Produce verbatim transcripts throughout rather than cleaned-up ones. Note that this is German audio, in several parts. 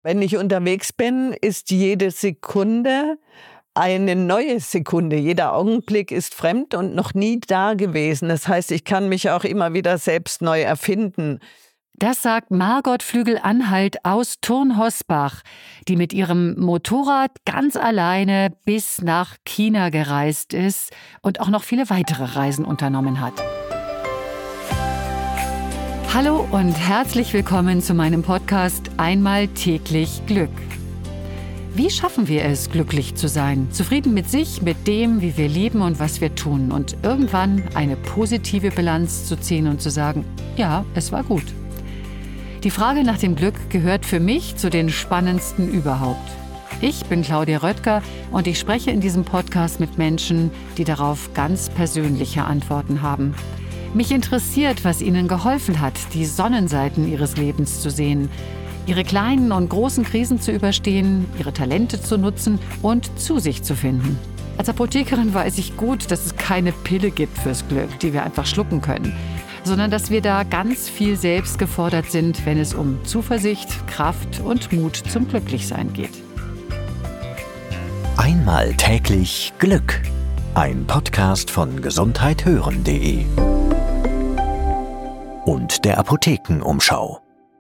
Wenn ich unterwegs bin, ist jede Sekunde eine neue Sekunde. Jeder Augenblick ist fremd und noch nie da gewesen. Das heißt, ich kann mich auch immer wieder selbst neu erfinden. Das sagt Margot Flügel-Anhalt aus Thurn-Hosbach, die mit ihrem Motorrad ganz alleine bis nach China gereist ist und auch noch viele weitere Reisen unternommen hat. Hallo und herzlich willkommen zu meinem Podcast Einmal täglich Glück. Wie schaffen wir es, glücklich zu sein, zufrieden mit sich, mit dem, wie wir leben und was wir tun und irgendwann eine positive Bilanz zu ziehen und zu sagen, ja, es war gut. Die Frage nach dem Glück gehört für mich zu den spannendsten überhaupt. Ich bin Claudia Röttger und ich spreche in diesem Podcast mit Menschen, die darauf ganz persönliche Antworten haben. Mich interessiert, was ihnen geholfen hat, die Sonnenseiten ihres Lebens zu sehen, ihre kleinen und großen Krisen zu überstehen, ihre Talente zu nutzen und zu sich zu finden. Als Apothekerin weiß ich gut, dass es keine Pille gibt fürs Glück, die wir einfach schlucken können, sondern dass wir da ganz viel selbst gefordert sind, wenn es um Zuversicht, Kraft und Mut zum Glücklichsein geht. Einmal täglich Glück. Ein Podcast von gesundheit hören punkt de und der Apothekenumschau.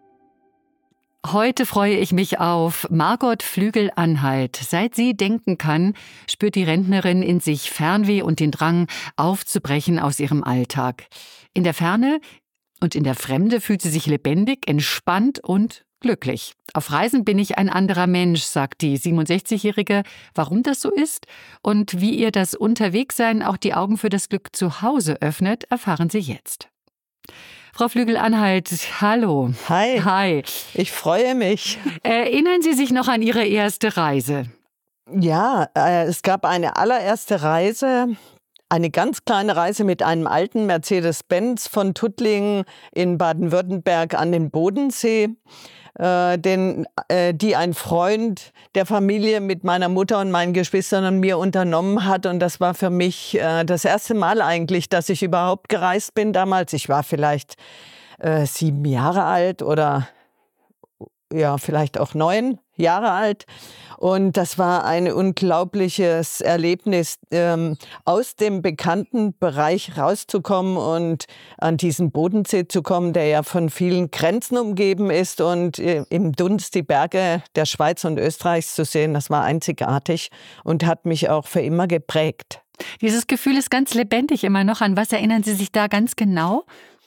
Heute freue ich mich auf Margot Flügel-Anhalt. Seit sie denken kann, spürt die Rentnerin in sich Fernweh und den Drang, aufzubrechen aus ihrem Alltag. In der Ferne und in der Fremde fühlt sie sich lebendig, entspannt und glücklich. Auf Reisen bin ich ein anderer Mensch, sagt die siebenundsechzigjährige. Warum das so ist und wie ihr das Unterwegssein auch die Augen für das Glück zu Hause öffnet, erfahren Sie jetzt. Frau Flügel-Anhalt, hallo. Hi. Hi. Ich freue mich. Erinnern Sie sich noch an Ihre erste Reise? Ja, äh, es gab eine allererste Reise, eine ganz kleine Reise mit einem alten Mercedes-Benz von Tuttlingen in Baden-Württemberg an den Bodensee, äh, den, äh, die ein Freund der Familie mit meiner Mutter und meinen Geschwistern und mir unternommen hat. Und das war für mich äh, das erste Mal eigentlich, dass ich überhaupt gereist bin damals. Ich war vielleicht äh, sieben Jahre alt oder ja, vielleicht auch neun Jahre alt. Und das war ein unglaubliches Erlebnis, ähm, aus dem bekannten Bereich rauszukommen und an diesen Bodensee zu kommen, der ja von vielen Grenzen umgeben ist, und äh, im Dunst die Berge der Schweiz und Österreichs zu sehen. Das war einzigartig und hat mich auch für immer geprägt. Dieses Gefühl ist ganz lebendig immer noch. An was erinnern Sie sich da ganz genau?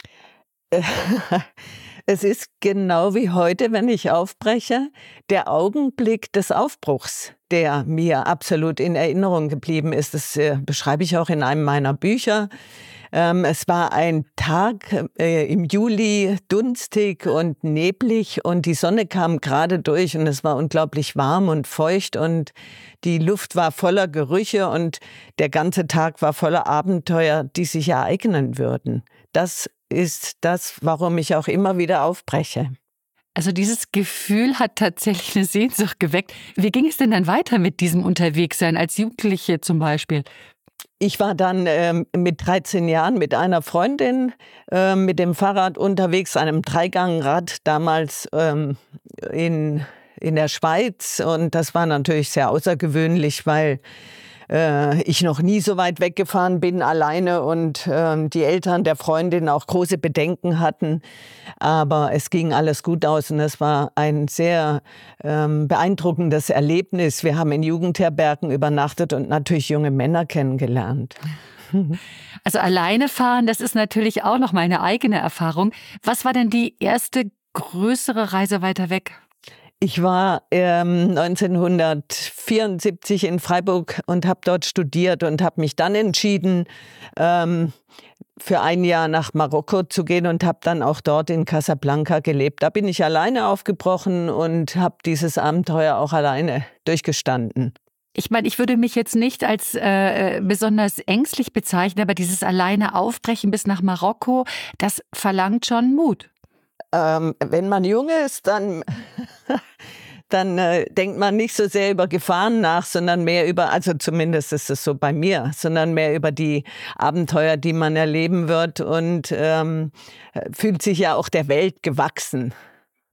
Es ist genau wie heute, wenn ich aufbreche, der Augenblick des Aufbruchs, der mir absolut in Erinnerung geblieben ist. Das äh, beschreibe ich auch in einem meiner Bücher. Ähm, es war ein Tag äh, im Juli, dunstig und neblig, und die Sonne kam gerade durch und es war unglaublich warm und feucht und die Luft war voller Gerüche und der ganze Tag war voller Abenteuer, die sich ereignen würden. Das ist das, warum ich auch immer wieder aufbreche. Also dieses Gefühl hat tatsächlich eine Sehnsucht geweckt. Wie ging es denn dann weiter mit diesem Unterwegssein als Jugendliche zum Beispiel? Ich war dann ähm, mit dreizehn Jahren mit einer Freundin äh, mit dem Fahrrad unterwegs, einem Dreigangrad damals ähm, in, in der Schweiz. Und das war natürlich sehr außergewöhnlich, weil äh, ich noch nie so weit weggefahren bin alleine und äh, die Eltern der Freundin auch große Bedenken hatten. Aber es ging alles gut aus und es war ein sehr ähm, beeindruckendes Erlebnis. Wir haben in Jugendherbergen übernachtet und natürlich junge Männer kennengelernt. Also alleine fahren, das ist natürlich auch noch mal eine eigene Erfahrung. Was war denn die erste größere Reise weiter weg? Ich war ähm, neunzehnhundertvierundsiebzig in Freiburg und habe dort studiert und habe mich dann entschieden, ähm, für ein Jahr nach Marokko zu gehen und habe dann auch dort in Casablanca gelebt. Da bin ich alleine aufgebrochen und habe dieses Abenteuer auch alleine durchgestanden. Ich meine, ich würde mich jetzt nicht als äh, besonders ängstlich bezeichnen, aber dieses alleine Aufbrechen bis nach Marokko, das verlangt schon Mut. Ähm, wenn man jung ist, dann, dann äh, denkt man nicht so sehr über Gefahren nach, sondern mehr über, also zumindest ist es so bei mir, sondern mehr über die Abenteuer, die man erleben wird, und ähm, fühlt sich ja auch der Welt gewachsen.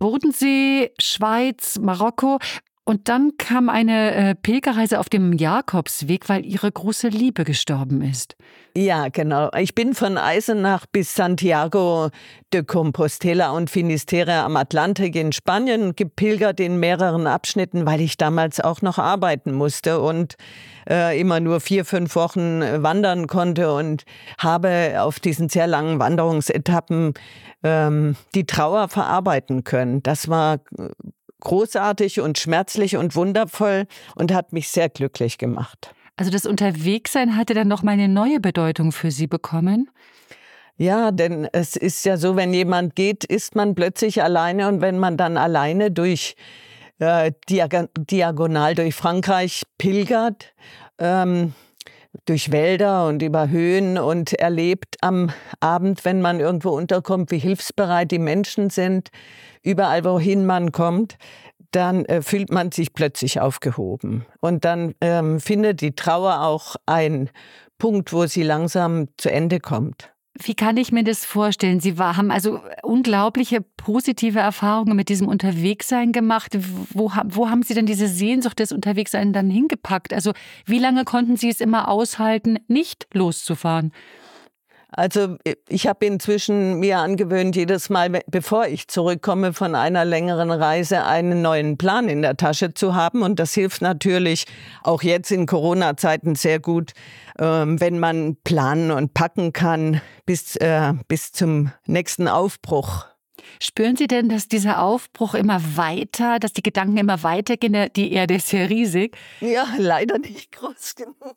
Bodensee, Schweiz, Marokko. Und dann kam eine äh, Pilgerreise auf dem Jakobsweg, weil Ihre große Liebe gestorben ist. Ja, genau. Ich bin von Eisenach bis Santiago de Compostela und Finisterre am Atlantik in Spanien gepilgert in mehreren Abschnitten, weil ich damals auch noch arbeiten musste und äh, immer nur vier, fünf Wochen wandern konnte und habe auf diesen sehr langen Wanderungsetappen ähm, die Trauer verarbeiten können. Das war großartig und schmerzlich und wundervoll und hat mich sehr glücklich gemacht. Also das Unterwegssein hatte dann noch mal eine neue Bedeutung für Sie bekommen? Ja, denn es ist ja so, wenn jemand geht, ist man plötzlich alleine und wenn man dann alleine durch äh, diag- diagonal durch Frankreich pilgert, ähm, durch Wälder und über Höhen und erlebt am Abend, wenn man irgendwo unterkommt, wie hilfsbereit die Menschen sind, überall wohin man kommt, dann äh, fühlt man sich plötzlich aufgehoben. Und dann ähm, findet die Trauer auch einen Punkt, wo sie langsam zu Ende kommt. Wie kann ich mir das vorstellen? Sie war, haben also unglaubliche positive Erfahrungen mit diesem Unterwegssein gemacht. Wo, wo haben Sie denn diese Sehnsucht des Unterwegsseins dann hingepackt? Also wie lange konnten Sie es immer aushalten, nicht loszufahren? Also ich habe inzwischen mir angewöhnt, jedes Mal, bevor ich zurückkomme von einer längeren Reise, einen neuen Plan in der Tasche zu haben. Und das hilft natürlich auch jetzt in Corona-Zeiten sehr gut, wenn man planen und packen kann bis, äh, bis zum nächsten Aufbruch. Spüren Sie denn, dass dieser Aufbruch immer weiter, dass die Gedanken immer weitergehen? Die Erde ist ja riesig. Ja, leider nicht groß genug.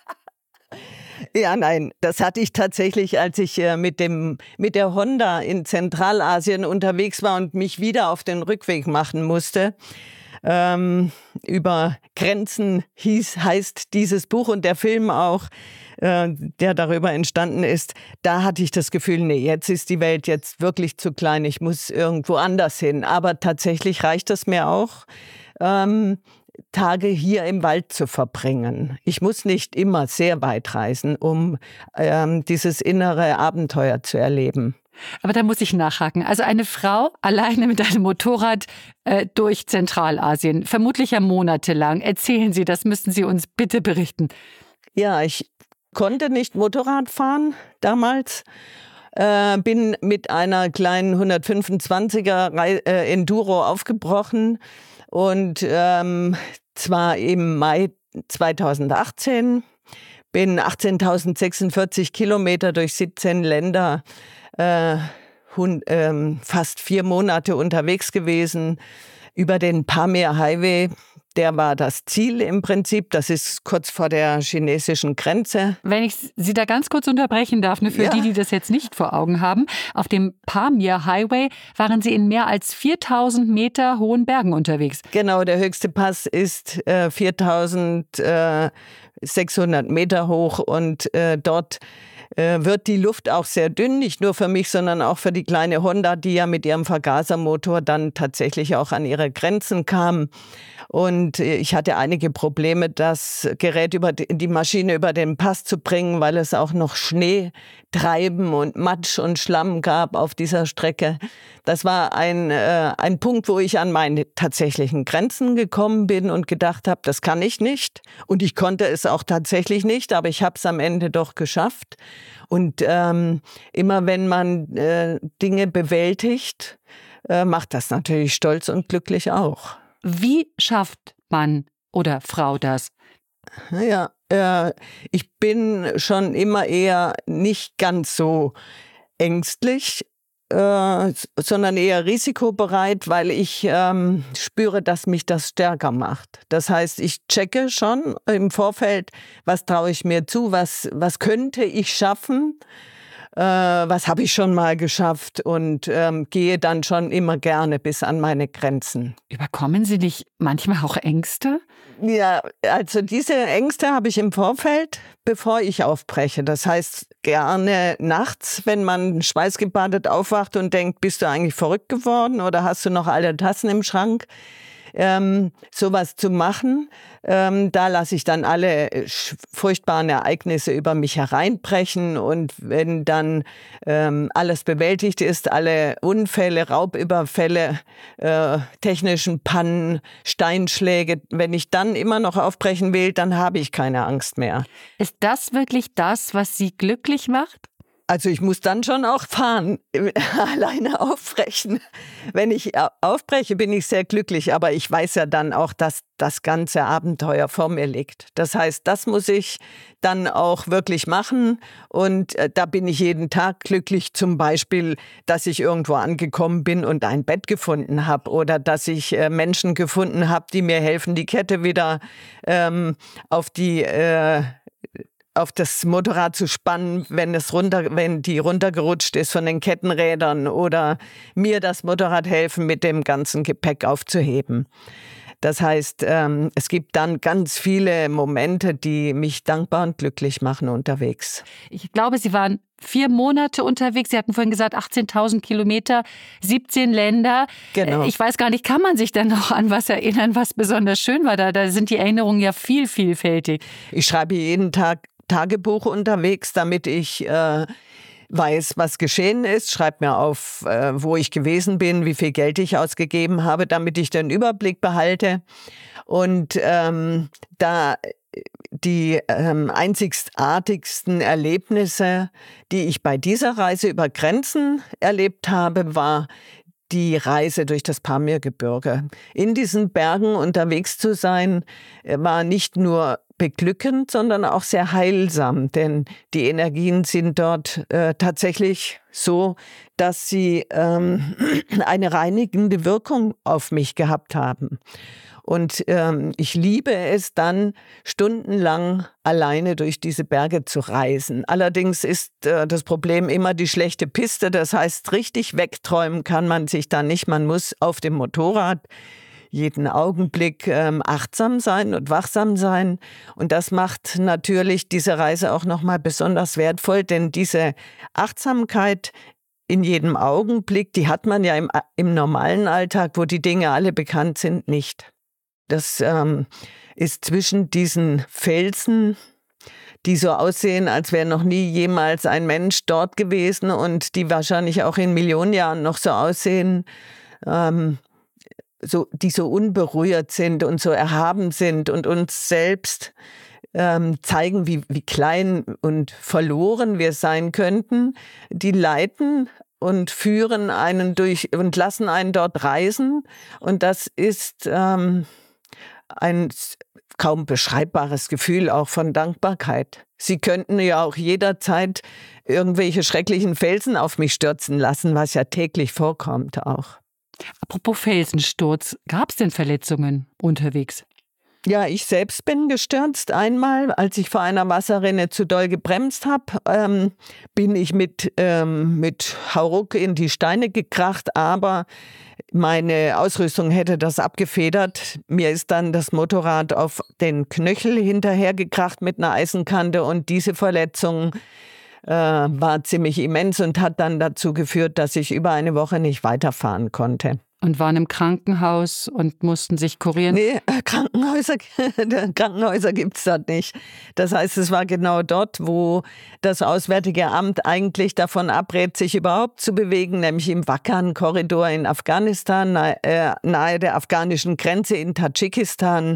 Ja, nein, das hatte ich tatsächlich, als ich äh, mit dem mit der Honda in Zentralasien unterwegs war und mich wieder auf den Rückweg machen musste. Ähm, über Grenzen hieß, heißt dieses Buch und der Film auch, äh, der darüber entstanden ist. Da hatte ich das Gefühl, nee, jetzt ist die Welt jetzt wirklich zu klein, ich muss irgendwo anders hin. Aber tatsächlich reicht es mir auch, ähm, Tage hier im Wald zu verbringen. Ich muss nicht immer sehr weit reisen, um ähm, dieses innere Abenteuer zu erleben. Aber da muss ich nachhaken. Also eine Frau alleine mit einem Motorrad äh, durch Zentralasien, vermutlich ja monatelang. Erzählen Sie, das müssten Sie uns bitte berichten. Ja, ich konnte nicht Motorrad fahren damals. Äh, bin mit einer kleinen hundertfünfundzwanziger Rei- äh, Enduro aufgebrochen. Und ähm, zwar im Mai zweitausendachtzehn, bin achtzehntausendsechsundvierzig Kilometer durch siebzehn Länder, äh, hund, ähm, fast vier Monate unterwegs gewesen, über den Pamir Highway. Der war das Ziel im Prinzip. Das ist kurz vor der chinesischen Grenze. Wenn ich Sie da ganz kurz unterbrechen darf, nur für Ja. die, die das jetzt nicht vor Augen haben. Auf dem Pamir Highway waren Sie in mehr als viertausend Meter hohen Bergen unterwegs. Genau, der höchste Pass ist äh, viertausendsechshundert Meter hoch und äh, dort äh, wird die Luft auch sehr dünn, nicht nur für mich, sondern auch für die kleine Honda, die ja mit ihrem Vergasermotor dann tatsächlich auch an ihre Grenzen kam. Und ich hatte einige Probleme, das Gerät über die, die Maschine über den Pass zu bringen, weil es auch noch Schneetreiben und Matsch und Schlamm gab auf dieser Strecke. Das war ein, äh, ein Punkt, wo ich an meine tatsächlichen Grenzen gekommen bin und gedacht habe, das kann ich nicht. Und ich konnte es auch tatsächlich nicht, aber ich habe es am Ende doch geschafft. Und ähm, immer wenn man äh, Dinge bewältigt, äh, macht das natürlich stolz und glücklich auch. Wie schafft Mann oder Frau das? Ja, äh, ich bin schon immer eher nicht ganz so ängstlich, äh, sondern eher risikobereit, weil ich ähm, spüre, dass mich das stärker macht. Das heißt, ich checke schon im Vorfeld, was traue ich mir zu, was, was könnte ich schaffen. Äh, was habe ich schon mal geschafft und ähm, gehe dann schon immer gerne bis an meine Grenzen. Überkommen Sie nicht manchmal auch Ängste? Ja, also diese Ängste habe ich im Vorfeld, bevor ich aufbreche. Das heißt, gerne nachts, wenn man schweißgebadet aufwacht und denkt, bist du eigentlich verrückt geworden oder hast du noch alle Tassen im Schrank? ähm, sowas zu machen. Ähm, da lasse ich dann alle furchtbaren Ereignisse über mich hereinbrechen und wenn dann ähm, alles bewältigt ist, alle Unfälle, Raubüberfälle, äh, technischen Pannen, Steinschläge, wenn ich dann immer noch aufbrechen will, dann habe ich keine Angst mehr. Ist das wirklich das, was Sie glücklich macht? Also ich muss dann schon auch fahren, alleine aufbrechen. Wenn ich aufbreche, bin ich sehr glücklich, aber ich weiß ja dann auch, dass das ganze Abenteuer vor mir liegt. Das heißt, das muss ich dann auch wirklich machen und äh, da bin ich jeden Tag glücklich. Zum Beispiel, dass ich irgendwo angekommen bin und ein Bett gefunden habe oder dass ich äh, Menschen gefunden habe, die mir helfen, die Kette wieder ähm, auf die äh, auf das Motorrad zu spannen, wenn es runter, wenn die runtergerutscht ist von den Kettenrädern oder mir das Motorrad helfen, mit dem ganzen Gepäck aufzuheben. Das heißt, ähm, es gibt dann ganz viele Momente, die mich dankbar und glücklich machen unterwegs. Ich glaube, Sie waren vier Monate unterwegs. Sie hatten vorhin gesagt, achtzehntausend Kilometer, siebzehn Länder. Genau. Ich weiß gar nicht, kann man sich dann noch an was erinnern, was besonders schön war? Da, da sind die Erinnerungen ja viel, vielfältig. Ich schreibe jeden Tag Tagebuch unterwegs, damit ich äh, weiß, was geschehen ist. Schreibe mir auf, äh, wo ich gewesen bin, wie viel Geld ich ausgegeben habe, damit ich den Überblick behalte. Und ähm, da die ähm, einzigartigsten Erlebnisse, die ich bei dieser Reise über Grenzen erlebt habe, war die Reise durch das Pamirgebirge. In diesen Bergen unterwegs zu sein, war nicht nur beglückend, sondern auch sehr heilsam, denn die Energien sind dort äh, tatsächlich so, dass sie ähm, eine reinigende Wirkung auf mich gehabt haben. Und ähm, ich liebe es dann, stundenlang alleine durch diese Berge zu reisen. Allerdings ist äh, das Problem immer die schlechte Piste. Das heißt, richtig wegträumen kann man sich da nicht. Man muss auf dem Motorrad jeden Augenblick ähm, achtsam sein und wachsam sein. Und das macht natürlich diese Reise auch nochmal besonders wertvoll, denn diese Achtsamkeit in jedem Augenblick, die hat man ja im, im normalen Alltag, wo die Dinge alle bekannt sind, nicht. Das ähm, ist zwischen diesen Felsen, die so aussehen, als wäre noch nie jemals ein Mensch dort gewesen und die wahrscheinlich auch in Millionen Jahren noch so aussehen, ähm, so, die so unberührt sind und so erhaben sind und uns selbst ähm, zeigen, wie, wie klein und verloren wir sein könnten. Die leiten und führen einen durch und lassen einen dort reisen. Und das ist ähm, ein kaum beschreibbares Gefühl auch von Dankbarkeit. Sie könnten ja auch jederzeit irgendwelche schrecklichen Felsen auf mich stürzen lassen, was ja täglich vorkommt auch. Apropos Felsensturz, gab es denn Verletzungen unterwegs? Ja, ich selbst bin gestürzt. Einmal, als ich vor einer Wasserrinne zu doll gebremst habe, ähm, bin ich mit, ähm, mit Hauruck in die Steine gekracht, aber meine Ausrüstung hätte das abgefedert. Mir ist dann das Motorrad auf den Knöchel hinterhergekracht mit einer Eisenkante und diese Verletzung äh, war ziemlich immens und hat dann dazu geführt, dass ich über eine Woche nicht weiterfahren konnte. Und waren im Krankenhaus und mussten sich kurieren? Nee, Krankenhäuser, Krankenhäuser gibt es dort nicht. Das heißt, es war genau dort, wo das Auswärtige Amt eigentlich davon abrät, sich überhaupt zu bewegen, nämlich im Wakhan-Korridor in Afghanistan, nahe, äh, nahe der afghanischen Grenze in Tadschikistan.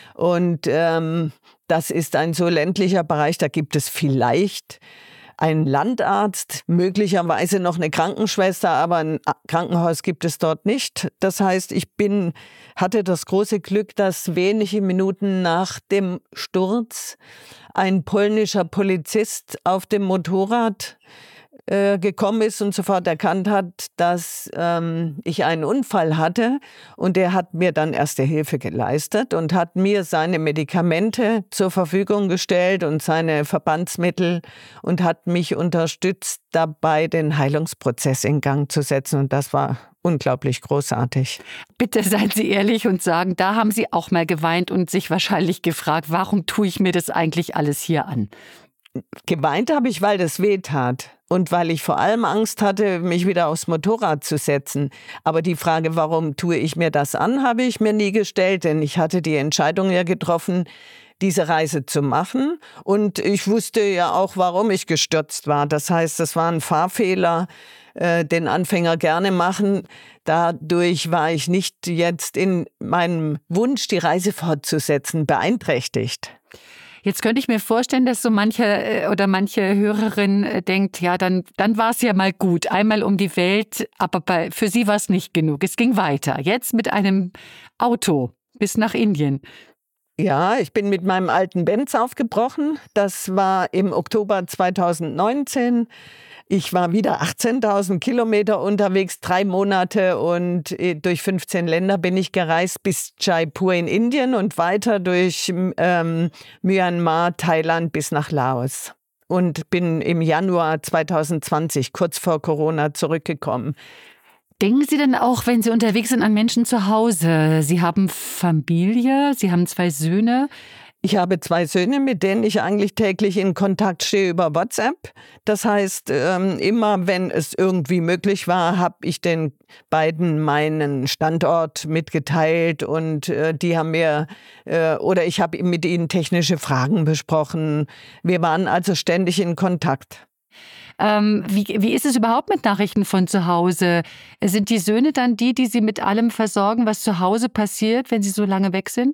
Und ähm, das ist ein so ländlicher Bereich, da gibt es vielleicht ein Landarzt, möglicherweise noch eine Krankenschwester, aber ein Krankenhaus gibt es dort nicht. Das heißt, ich bin, hatte das große Glück, dass wenige Minuten nach dem Sturz ein polnischer Polizist auf dem Motorrad äh, gekommen ist und sofort erkannt hat, dass ähm, ich einen Unfall hatte. Und er hat mir dann erste Hilfe geleistet und hat mir seine Medikamente zur Verfügung gestellt und seine Verbandsmittel und hat mich unterstützt, dabei den Heilungsprozess in Gang zu setzen. Und das war unglaublich großartig. Bitte seien Sie ehrlich und sagen, da haben Sie auch mal geweint und sich wahrscheinlich gefragt, warum tue ich mir das eigentlich alles hier an? Geweint habe ich, weil das weh tat. und weil ich vor allem Angst hatte, mich wieder aufs Motorrad zu setzen. Aber die Frage, warum tue ich mir das an, habe ich mir nie gestellt, denn ich hatte die Entscheidung ja getroffen, diese Reise zu machen. Und ich wusste ja auch, warum ich gestürzt war. Das heißt, das war ein Fahrfehler, äh, den Anfänger gerne machen. Dadurch war ich nicht jetzt in meinem Wunsch, die Reise fortzusetzen, beeinträchtigt. Jetzt könnte ich mir vorstellen, dass so manche oder manche Hörerin denkt, ja, dann, dann war es ja mal gut, einmal um die Welt, aber bei, für sie war es nicht genug. Es ging weiter, jetzt mit einem Auto bis nach Indien. Ja, ich bin mit meinem alten Benz aufgebrochen. Das war im Oktober zweitausendneunzehn. Ich war wieder achtzehntausend Kilometer unterwegs, drei Monate und durch fünfzehn Länder bin ich gereist bis Jaipur in Indien und weiter durch ähm, Myanmar, Thailand bis nach Laos. Und bin im Januar zweitausendzwanzig, kurz vor Corona, zurückgekommen. Denken Sie denn auch, wenn Sie unterwegs sind, an Menschen zu Hause? Sie haben Familie, Sie haben zwei Söhne. Ich habe zwei Söhne, mit denen ich eigentlich täglich in Kontakt stehe über WhatsApp. Das heißt, immer wenn es irgendwie möglich war, habe ich den beiden meinen Standort mitgeteilt und die haben mir, oder ich habe mit ihnen technische Fragen besprochen. Wir waren also ständig in Kontakt. Ähm, wie, wie ist es überhaupt mit Nachrichten von zu Hause? Sind die Söhne dann die, die Sie mit allem versorgen, was zu Hause passiert, wenn Sie so lange weg sind?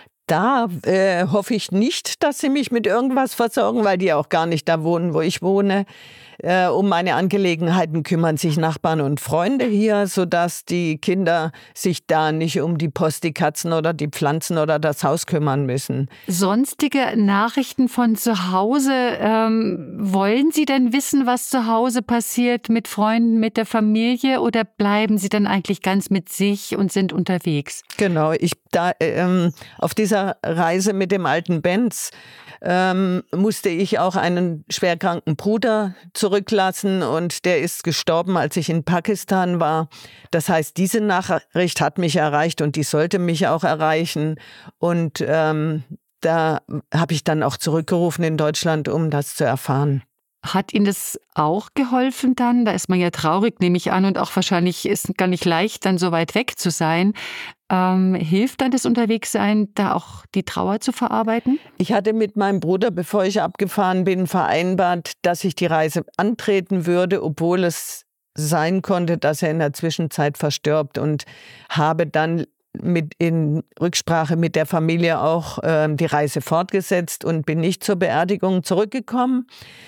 Da äh, hoffe ich nicht, dass sie mich mit irgendwas versorgen, weil die auch gar nicht da wohnen, wo ich wohne. Äh, um meine Angelegenheiten kümmern sich Nachbarn und Freunde hier, sodass die Kinder sich da nicht um die Post, die Katzen oder die Pflanzen oder das Haus kümmern müssen. Sonstige Nachrichten von zu Hause. Ähm, wollen Sie denn wissen, was zu Hause passiert mit Freunden, mit der Familie, oder bleiben Sie dann eigentlich ganz mit sich und sind unterwegs? Genau, ich da ähm, auf dieser Reise mit dem alten Benz ähm, musste ich auch einen schwerkranken Bruder zurücklassen und der ist gestorben, als ich in Pakistan war. Das heißt, diese Nachricht hat mich erreicht und die sollte mich auch erreichen. Und ähm, da habe ich dann auch zurückgerufen in Deutschland, um das zu erfahren. Hat Ihnen das auch geholfen dann? Da ist man ja traurig, nehme ich an, und auch wahrscheinlich ist gar nicht leicht, dann so weit weg zu sein. Ähm, hilft dann das Unterwegssein, da auch die Trauer zu verarbeiten? Ich hatte mit meinem Bruder, bevor ich abgefahren bin, vereinbart, dass ich die Reise antreten würde, obwohl es sein konnte, dass er in der Zwischenzeit verstirbt, und habe dann mit in Rücksprache mit der Familie auch äh, die Reise fortgesetzt und bin nicht zur Beerdigung zurückgekommen,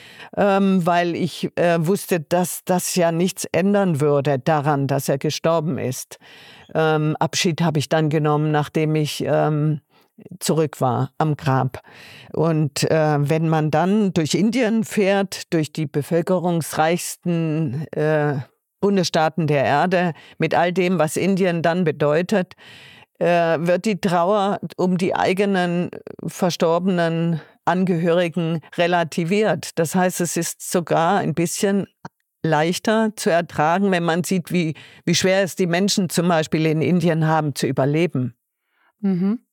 ähm, weil ich äh, wusste, dass das ja nichts ändern würde daran, dass er gestorben ist. Ähm, Abschied habe ich dann genommen, nachdem ich ähm, zurück war am Grab. Und äh, wenn man dann durch Indien fährt, durch die bevölkerungsreichsten äh, Bundesstaaten der Erde, mit all dem, was Indien dann bedeutet, äh, wird die Trauer um die eigenen verstorbenen Angehörigen relativiert. Das heißt, es ist sogar ein bisschen leichter zu ertragen, wenn man sieht, wie, wie schwer es die Menschen zum Beispiel in Indien haben, zu überleben. Mhm.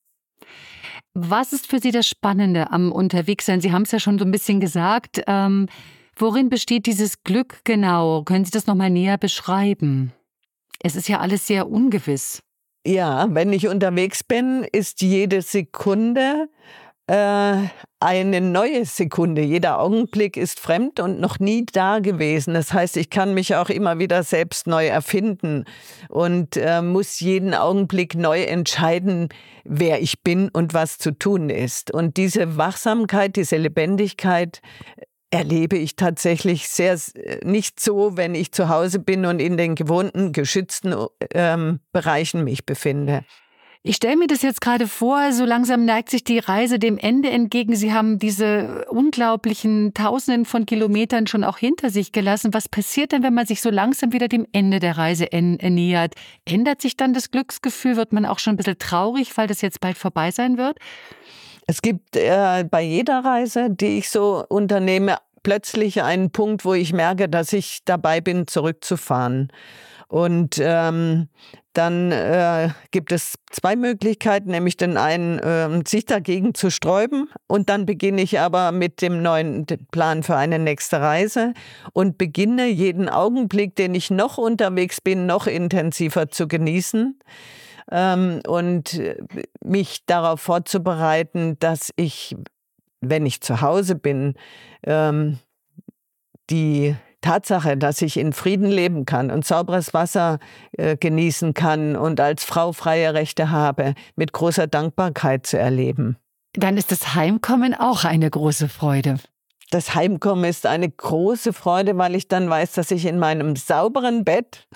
Was ist für Sie das Spannende am Unterwegssein? Sie haben es ja schon so ein bisschen gesagt. Ähm, worin besteht dieses Glück genau? Können Sie das noch mal näher beschreiben? Es ist ja alles sehr ungewiss. Ja, wenn ich unterwegs bin, ist jede Sekunde äh, eine neue Sekunde. Jeder Augenblick ist fremd und noch nie da gewesen. Das heißt, ich kann mich auch immer wieder selbst neu erfinden und äh, muss jeden Augenblick neu entscheiden, wer ich bin und was zu tun ist. Und diese Wachsamkeit, diese Lebendigkeit erlebe ich tatsächlich sehr nicht so, wenn ich zu Hause bin und in den gewohnten, geschützten ähm, Bereichen mich befinde. Ich stelle mir das jetzt gerade vor, so langsam neigt sich die Reise dem Ende entgegen. Sie haben diese unglaublichen Tausenden von Kilometern schon auch hinter sich gelassen. Was passiert denn, wenn man sich so langsam wieder dem Ende der Reise nähert? Ändert sich dann das Glücksgefühl? Wird man auch schon ein bisschen traurig, weil das jetzt bald vorbei sein wird? Es gibt äh, bei jeder Reise, die ich so unternehme, plötzlich einen Punkt, wo ich merke, dass ich dabei bin, zurückzufahren. Und ähm, dann äh, gibt es zwei Möglichkeiten, nämlich den einen, äh, sich dagegen zu sträuben. Und dann beginne ich aber mit dem neuen Plan für eine nächste Reise und beginne jeden Augenblick, den ich noch unterwegs bin, noch intensiver zu genießen. Ähm, und mich darauf vorzubereiten, dass ich, wenn ich zu Hause bin, ähm, die Tatsache, dass ich in Frieden leben kann und sauberes Wasser äh, genießen kann und als Frau freie Rechte habe, mit großer Dankbarkeit zu erleben. Dann ist das Heimkommen auch eine große Freude. Das Heimkommen ist eine große Freude, weil ich dann weiß, dass ich in meinem sauberen Bett,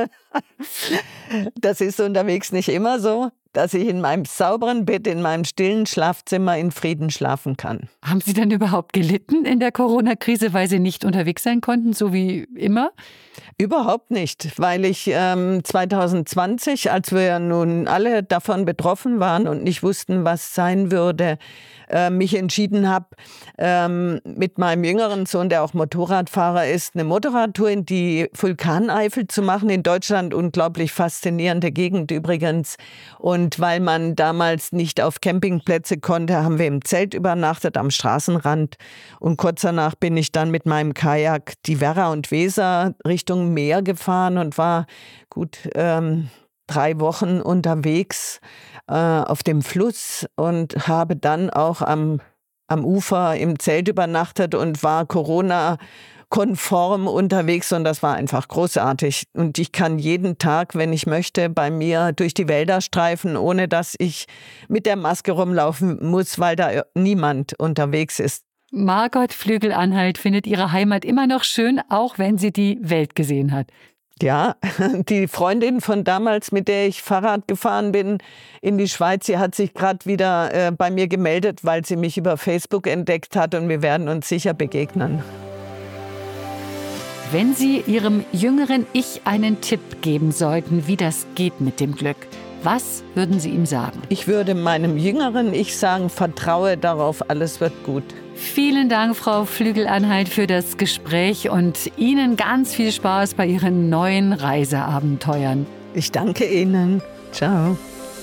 das ist unterwegs nicht immer so, dass ich in meinem sauberen Bett, in meinem stillen Schlafzimmer in Frieden schlafen kann. Haben Sie denn überhaupt gelitten in der Corona-Krise, weil Sie nicht unterwegs sein konnten, so wie immer? Überhaupt nicht, weil ich ähm, zwanzig zwanzig, als wir ja nun alle davon betroffen waren und nicht wussten, was sein würde, äh, mich entschieden habe, ähm, mit meinem jüngeren Sohn, der auch Motorradfahrer ist, eine Motorradtour in die Vulkaneifel zu machen. In Deutschland unglaublich faszinierende Gegend übrigens. Und weil man damals nicht auf Campingplätze konnte, haben wir im Zelt übernachtet am Straßenrand. Und kurz danach bin ich dann mit meinem Kajak die Werra und Weser Richtung Meer gefahren und war gut ähm, drei Wochen unterwegs äh, auf dem Fluss und habe dann auch am, am Ufer im Zelt übernachtet und war Corona-konform unterwegs und das war einfach großartig. Und ich kann jeden Tag, wenn ich möchte, bei mir durch die Wälder streifen, ohne dass ich mit der Maske rumlaufen muss, weil da niemand unterwegs ist. Margot Flügel-Anhalt findet ihre Heimat immer noch schön, auch wenn sie die Welt gesehen hat. Ja, die Freundin von damals, mit der ich Fahrrad gefahren bin in die Schweiz, sie hat sich gerade wieder äh, bei mir gemeldet, weil sie mich über Facebook entdeckt hat und wir werden uns sicher begegnen. Wenn Sie Ihrem jüngeren Ich einen Tipp geben sollten, wie das geht mit dem Glück, was würden Sie ihm sagen? Ich würde meinem jüngeren Ich sagen, vertraue darauf, alles wird gut. Vielen Dank, Frau Flügel-Anhalt, für das Gespräch und Ihnen ganz viel Spaß bei Ihren neuen Reiseabenteuern. Ich danke Ihnen. Ciao.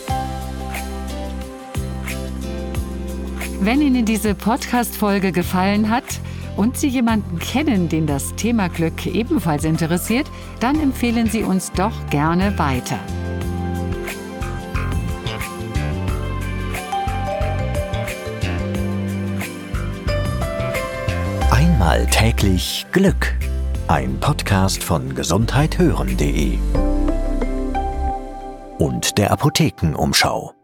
Wenn Ihnen diese Podcast-Folge gefallen hat und Sie jemanden kennen, den das Thema Glück ebenfalls interessiert, dann empfehlen Sie uns doch gerne weiter. Einmal täglich Glück. Ein Podcast von gesundheit hören punkt de und der Apothekenumschau.